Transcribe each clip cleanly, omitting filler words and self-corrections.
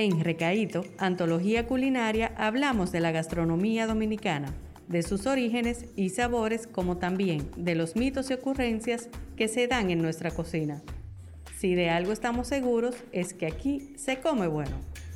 En Recaíto, Antología Culinaria, hablamos de la gastronomía dominicana, de sus orígenes y sabores, como también de los mitos y ocurrencias que se dan en nuestra cocina. Si de algo estamos seguros, es que aquí se come bueno.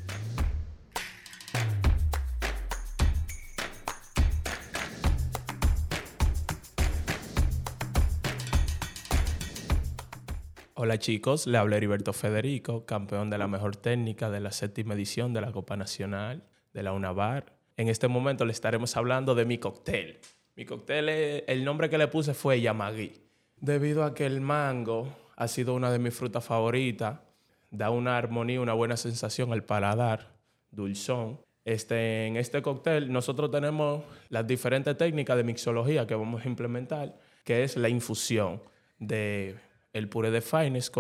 Hola chicos, le habla Heriberto Federico, campeón de la mejor técnica de la 7ª edición de la Copa Nacional de la UNAVAR. En este momento le estaremos hablando de mi cóctel. Mi cóctel, el nombre que le puse fue Yamagui, debido a que el mango ha sido una de mis frutas favoritas. Da una armonía, una buena sensación al paladar, dulzón. En este cóctel nosotros tenemos las diferentes técnicas de mixología que vamos a implementar, que es la infusión de el puré de Finest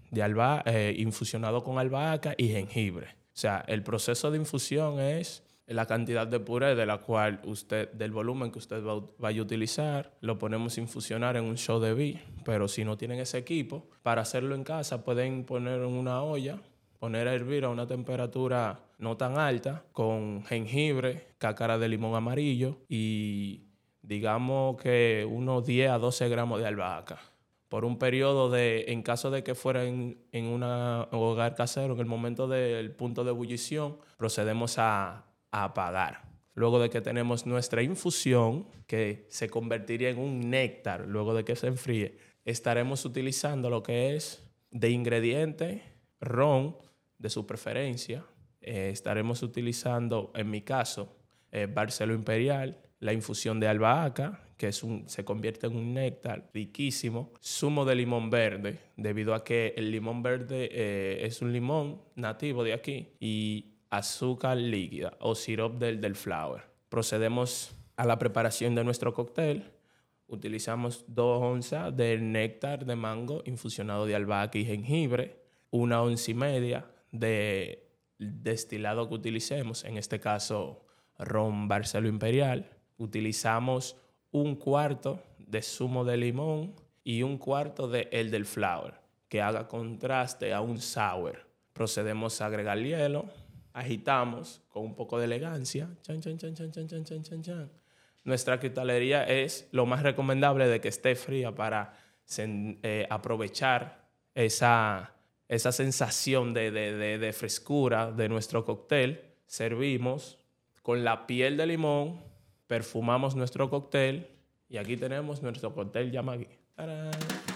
de infusionado con albahaca y jengibre. O sea, el proceso de infusión es la cantidad de puré del volumen que usted vaya a utilizar. Lo ponemos a infusionar en un show de V, pero si no tienen ese equipo, para hacerlo en casa pueden poner en una olla, poner a hervir a una temperatura no tan alta, con jengibre, cáscara de limón amarillo y digamos que unos 10 a 12 gramos de albahaca. Por un periodo en caso de que fuera en un hogar casero, en el momento del punto de ebullición, procedemos a apagar. Luego de que tenemos nuestra infusión, que se convertiría en un néctar, luego de que se enfríe, estaremos utilizando lo que es de ingrediente, ron de su preferencia. Estaremos utilizando, en mi caso, Barcelo Imperial, la infusión de albahaca, que se convierte en un néctar riquísimo, zumo de limón verde, debido a que el limón verde es un limón nativo de aquí, y azúcar líquida o sirope del flower. Procedemos a la preparación de nuestro cóctel. Utilizamos 2 onzas de néctar de mango infusionado de albahaca y jengibre, 1,5 onzas de destilado que utilicemos, en este caso ron Barcelo Imperial. Utilizamos 1/4 de zumo de limón y 1/4 de el del flower, que haga contraste a un sour. Procedemos a agregar hielo, agitamos con un poco de elegancia. Chan, chan, chan, chan, chan, chan, chan, chan, chan. Nuestra cristalería es lo más recomendable de que esté fría para aprovechar esa sensación de frescura de nuestro cóctel. Servimos con la piel de limón, perfumamos nuestro cóctel y aquí tenemos nuestro cóctel Yamagui. ¡Tarán!